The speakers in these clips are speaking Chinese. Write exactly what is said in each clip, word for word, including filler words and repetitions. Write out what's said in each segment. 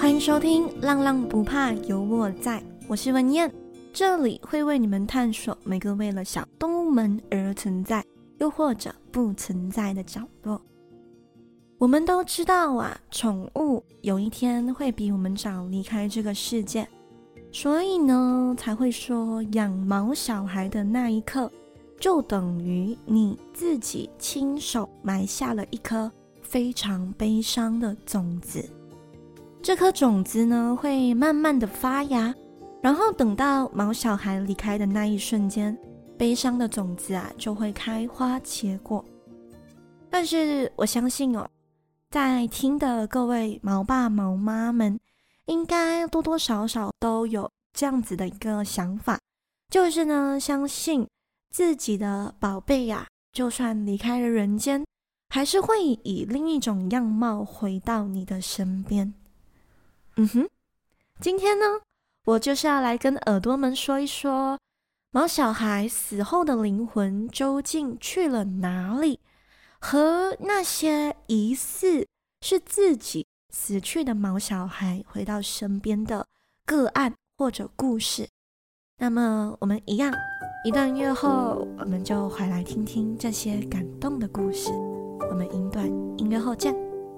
欢迎收听浪浪不怕有我在，我是文燕，这里会为你们探索每个为了小动物们而存在又或者不存在的角落。我们都知道啊，宠物有一天会比我们早离开这个世界，所以呢才会说养毛小孩的那一刻就等于你自己亲手埋下了一颗非常悲伤的种子。这颗种子呢会慢慢的发芽，然后等到毛小孩离开的那一瞬间，悲伤的种子啊就会开花结果。但是我相信哦，在听的各位毛爸毛妈们应该多多少少都有这样子的一个想法，就是呢相信自己的宝贝呀、啊，就算离开了人间，还是会以另一种样貌回到你的身边。嗯哼，今天呢我就是要来跟耳朵们说一说毛小孩死后的灵魂究竟去了哪里，和那些疑似是自己死去的毛小孩回到身边的个案或者故事。那么我们一样，一段乐后我们就回来听听这些感动的故事。我们一段音乐后见。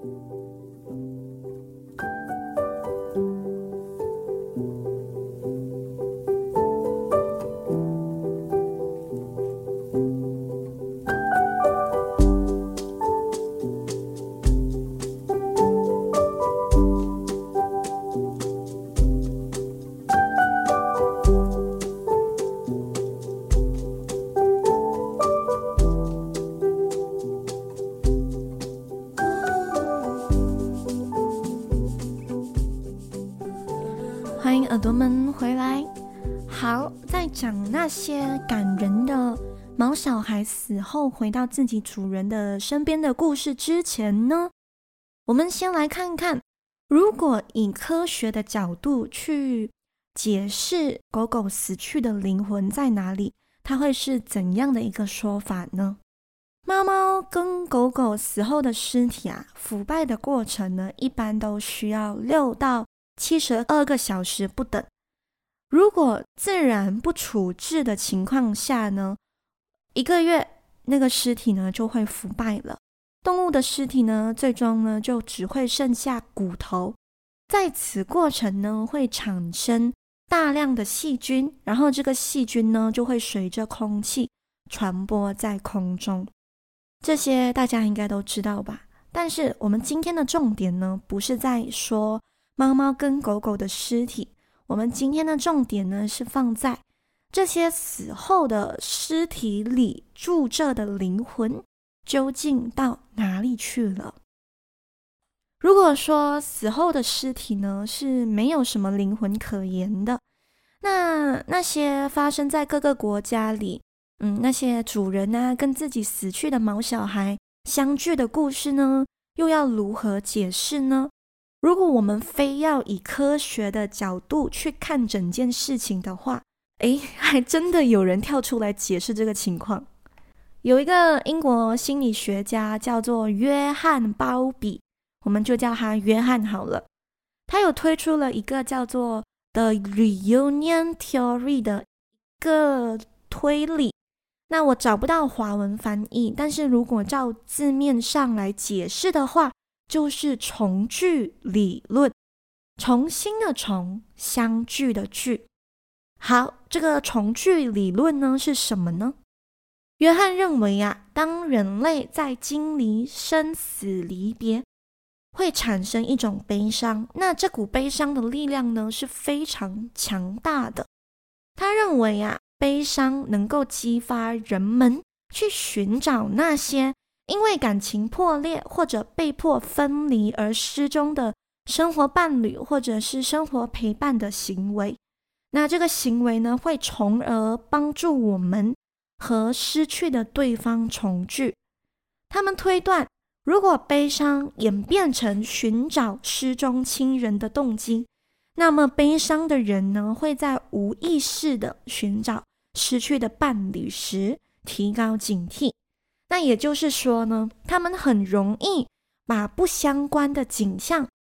欢迎耳朵们回来。好，在讲那些感人的毛小孩死后回到自己主人的身边的故事之前呢，我们先来看看，如果以科学的角度去解释狗狗死去的灵魂在哪里，它会是怎样的一个说法呢？猫猫跟狗狗死后的尸体啊，腐败的过程呢，一般都需要六到七十二个小时不等。如果自然不处置的情况下呢，一个月那个尸体呢就会腐败了。动物的尸体呢，最终呢就只会剩下骨头。在此过程呢，会产生大量的细菌，然后这个细菌呢就会随着空气传播在空中。这些大家应该都知道吧？但是我们今天的重点呢，不是在说猫猫跟狗狗的尸体，我们今天的重点呢是放在这些死后的尸体里住着的灵魂究竟到哪里去了。如果说死后的尸体呢是没有什么灵魂可言的，那那些发生在各个国家里嗯，那些主人啊跟自己死去的毛小孩相聚的故事呢，又要如何解释呢？如果我们非要以科学的角度去看整件事情的话，诶，还真的有人跳出来解释这个情况。有一个英国心理学家叫做约翰鲍比，我们就叫他约翰好了。他有推出了一个叫做 The Reunion Theory 的一个推理。那我找不到华文翻译，但是如果照字面上来解释的话，就是重聚理论。重新的重，相聚的聚。好，这个重聚理论呢是什么呢？约翰认为啊，当人类在经历生死离别，会产生一种悲伤，那这股悲伤的力量呢是非常强大的。他认为啊，悲伤能够激发人们去寻找那些因为感情破裂或者被迫分离而失踪的生活伴侣或者是生活陪伴的行为。那这个行为呢，会从而帮助我们和失去的对方重聚。他们推断，如果悲伤演变成寻找失踪亲人的动机，那么悲伤的人呢，会在无意识的寻找失去的伴侣时提高警惕。那也就是说呢，他们很容易把不相关的景象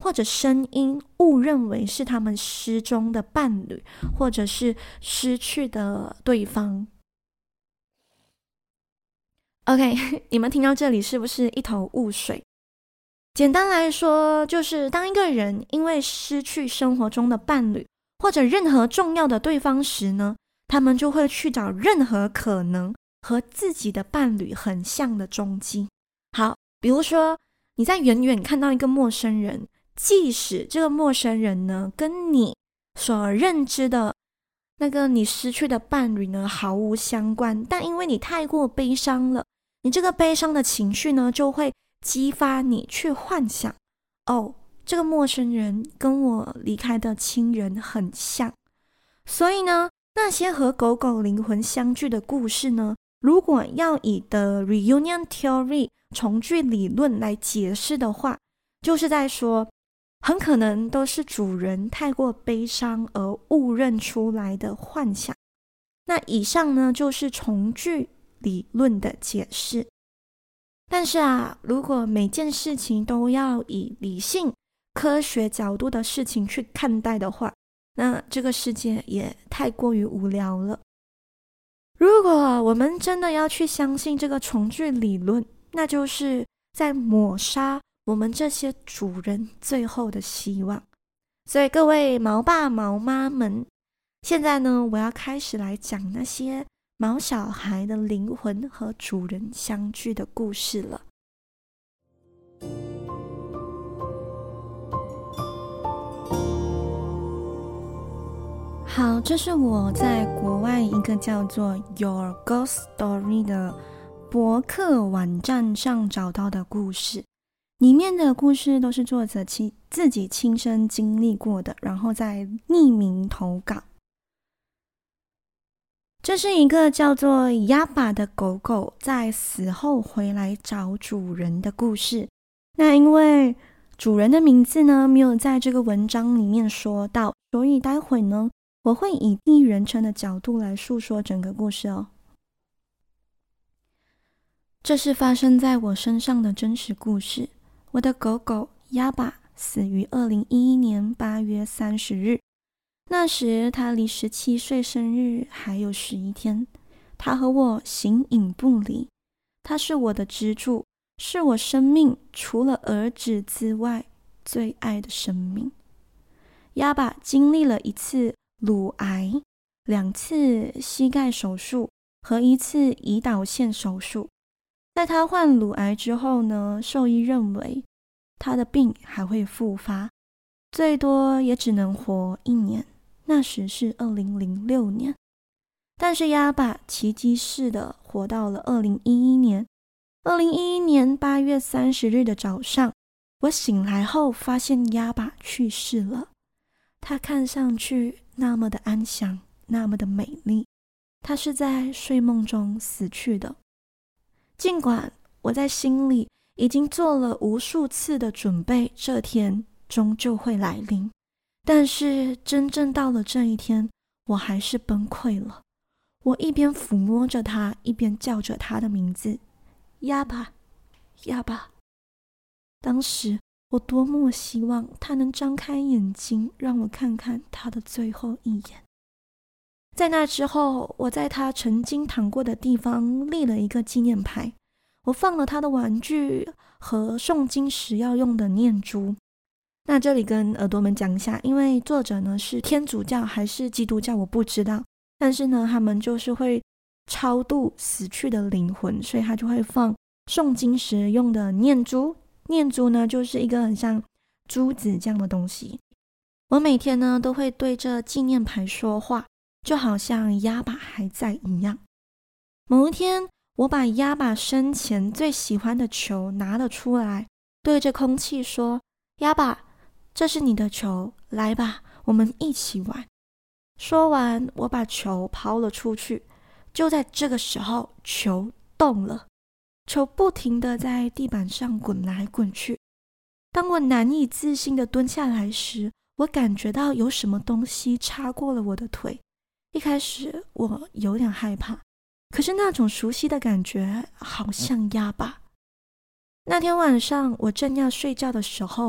或者声音误认为是他们失踪的伴侣，或者是失去的对方。OK， 你们听到这里是不是一头雾水？简单来说，就是当一个人因为失去生活中的伴侣或者任何重要的对方时呢，他们就会去找任何可能和自己的伴侣很像的踪迹。好，比如说你在远远看到一个陌生人，即使这个陌生人呢跟你所认知的那个你失去的伴侣呢毫无相关，但因为你太过悲伤了，你这个悲伤的情绪呢就会激发你去幻想，哦，这个陌生人跟我离开的亲人很像。所以呢，那些和狗狗灵魂相聚的故事呢，如果要以 The Reunion Theory 重聚理论来解释的话，就是在说很可能都是主人太过悲伤而误认出来的幻想。那以上呢就是重聚理论的解释。但是啊，如果每件事情都要以理性、科学角度的事情去看待的话，那这个世界也太过于无聊了。如果我们真的要去相信这个重聚理论，那就是在抹杀我们这些主人最后的希望。所以各位毛爸毛妈们，现在呢，我要开始来讲那些毛小孩的灵魂和主人相聚的故事了。好，这是我在国外一个叫做 Your Ghost Story 的博客网站上找到的故事。里面的故事都是作者自己亲身经历过的，然后再匿名投稿。这是一个叫做亚巴的狗狗在死后回来找主人的故事。那因为主人的名字呢没有在这个文章里面说到，所以待会呢我会以第一人称的角度来述说整个故事哦。这是发生在我身上的真实故事。我的狗狗亚巴死于二零一一年八月三十日。那时他离十七岁生日还有十一天，他和我形影不离，他是我的支柱，是我生命除了儿子之外最爱的生命。亚巴经历了一次乳癌、两次膝盖手术和一次胰岛腺手术。在他患乳癌之后呢，兽医认为他的病还会复发，最多也只能活一年。那时是二零零六年，但是亚巴奇迹似的活到了二零一一年。二零一一年八月三十日的早上，我醒来后发现亚巴去世了。他看上去那么的安详，那么的美丽，他是在睡梦中死去的。尽管我在心里已经做了无数次的准备，这天终究会来临，但是真正到了这一天，我还是崩溃了。我一边抚摸着他，一边叫着他的名字，亚巴，亚巴。当时我多么希望他能张开眼睛，让我看看他的最后一眼。在那之后，我在他曾经躺过的地方立了一个纪念牌，我放了他的玩具和诵经时要用的念珠。那这里跟耳朵们讲一下，因为作者呢是天主教还是基督教我不知道，但是呢他们就是会超度死去的灵魂，所以他就会放诵经时用的念珠。念珠呢就是一个很像珠子这样的东西。我每天呢都会对着纪念牌说话，就好像亚巴还在一样。某一天，我把亚巴生前最喜欢的球拿了出来，对着空气说，亚巴，这是你的球，来吧，我们一起玩。说完，我把球抛了出去。就在这个时候，球动了，球不停地在地板上滚来滚去。当我难以置信地蹲下来时，我感觉到有什么东西插过了我的腿。一开始我有点害怕，可是那种熟悉的感觉好像亚巴。那天晚上我正要睡觉的时候，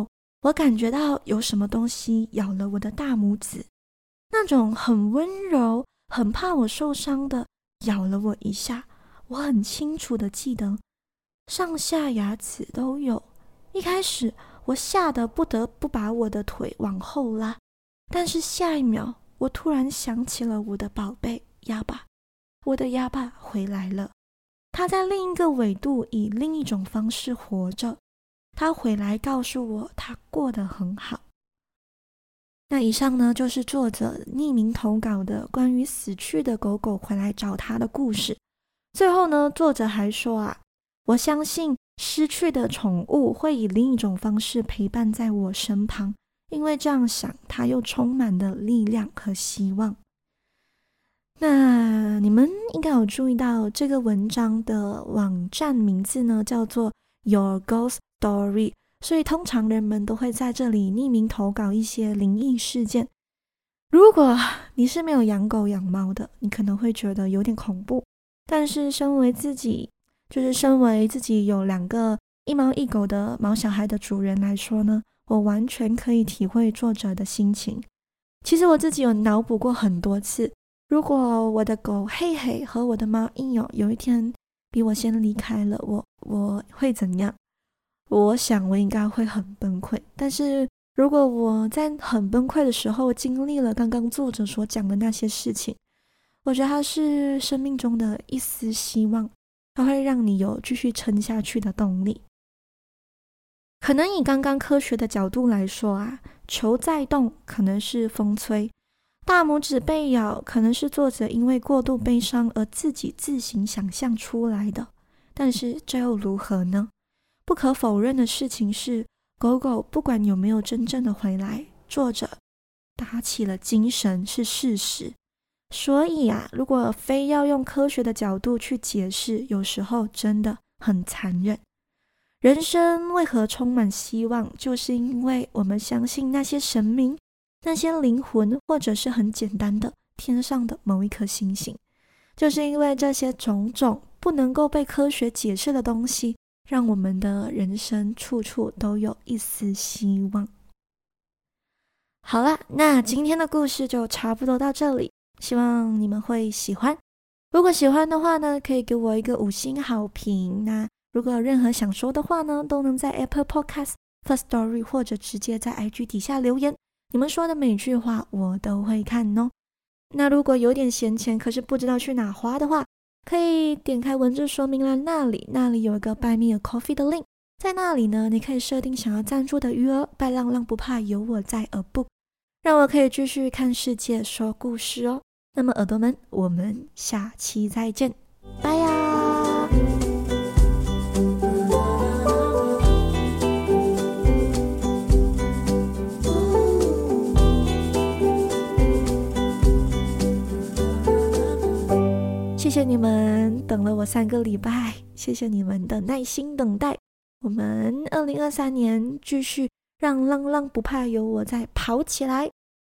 我感觉到有什么东西咬了我的大拇指，那种很温柔很怕我受伤的咬了我一下。我很清楚的记得上下牙齿都有。一开始我吓得不得不把我的腿往后拉，但是下一秒我突然想起了我的宝贝鸭爸，我的鸭爸回来了，他在另一个纬度以另一种方式活着，他回来告诉我他过得很好。那以上呢，就是作者匿名投稿的关于死去的狗狗回来找他的故事。最后呢，作者还说啊，我相信失去的宠物会以另一种方式陪伴在我身旁，因为这样想，它又充满了力量和希望。那你们应该有注意到这个文章的网站名字呢，叫做 Your Ghost Story， 所以通常人们都会在这里匿名投稿一些灵异事件。如果你是没有养狗养猫的，你可能会觉得有点恐怖，但是身为自己就是身为自己有两个一猫一狗的毛小孩的主人来说呢，我完全可以体会作者的心情。其实我自己有脑补过很多次，如果我的狗嘿嘿和我的猫硬友有一天比我先离开了，我我会怎样？我想我应该会很崩溃。但是如果我在很崩溃的时候经历了刚刚作者所讲的那些事情，我觉得它是生命中的一丝希望，它会让你有继续撑下去的动力。可能以刚刚科学的角度来说啊，球在动可能是风吹，大拇指被咬可能是作者因为过度悲伤而自己自行想象出来的。但是这又如何呢？不可否认的事情是，狗狗不管有没有真正的回来，作者打起了精神是事实。所以啊，如果非要用科学的角度去解释，有时候真的很残忍。人生为何充满希望，就是因为我们相信那些神明，那些灵魂，或者是很简单的天上的某一颗星星。就是因为这些种种不能够被科学解释的东西，让我们的人生处处都有一丝希望。好了，那今天的故事就差不多到这里，希望你们会喜欢。如果喜欢的话呢，可以给我一个五星好评。那如果有任何想说的话呢，都能在 Apple Podcast、Firstory 或者直接在 I G 底下留言，你们说的每句话我都会看哦。那如果有点闲钱可是不知道去哪花的话，可以点开文字说明栏那里，那里有一个 Buy Me a Coffee 的 link， 在那里呢，你可以设定想要赞助的余额，拜浪浪不怕有我在 a book， 让我可以继续看世界说故事哦。那么耳朵们，我们下期再见，拜呀！谢谢你们等了我三个礼拜，谢谢你们的耐心等待。我们二零二三年继续让浪浪不怕有我在跑起来。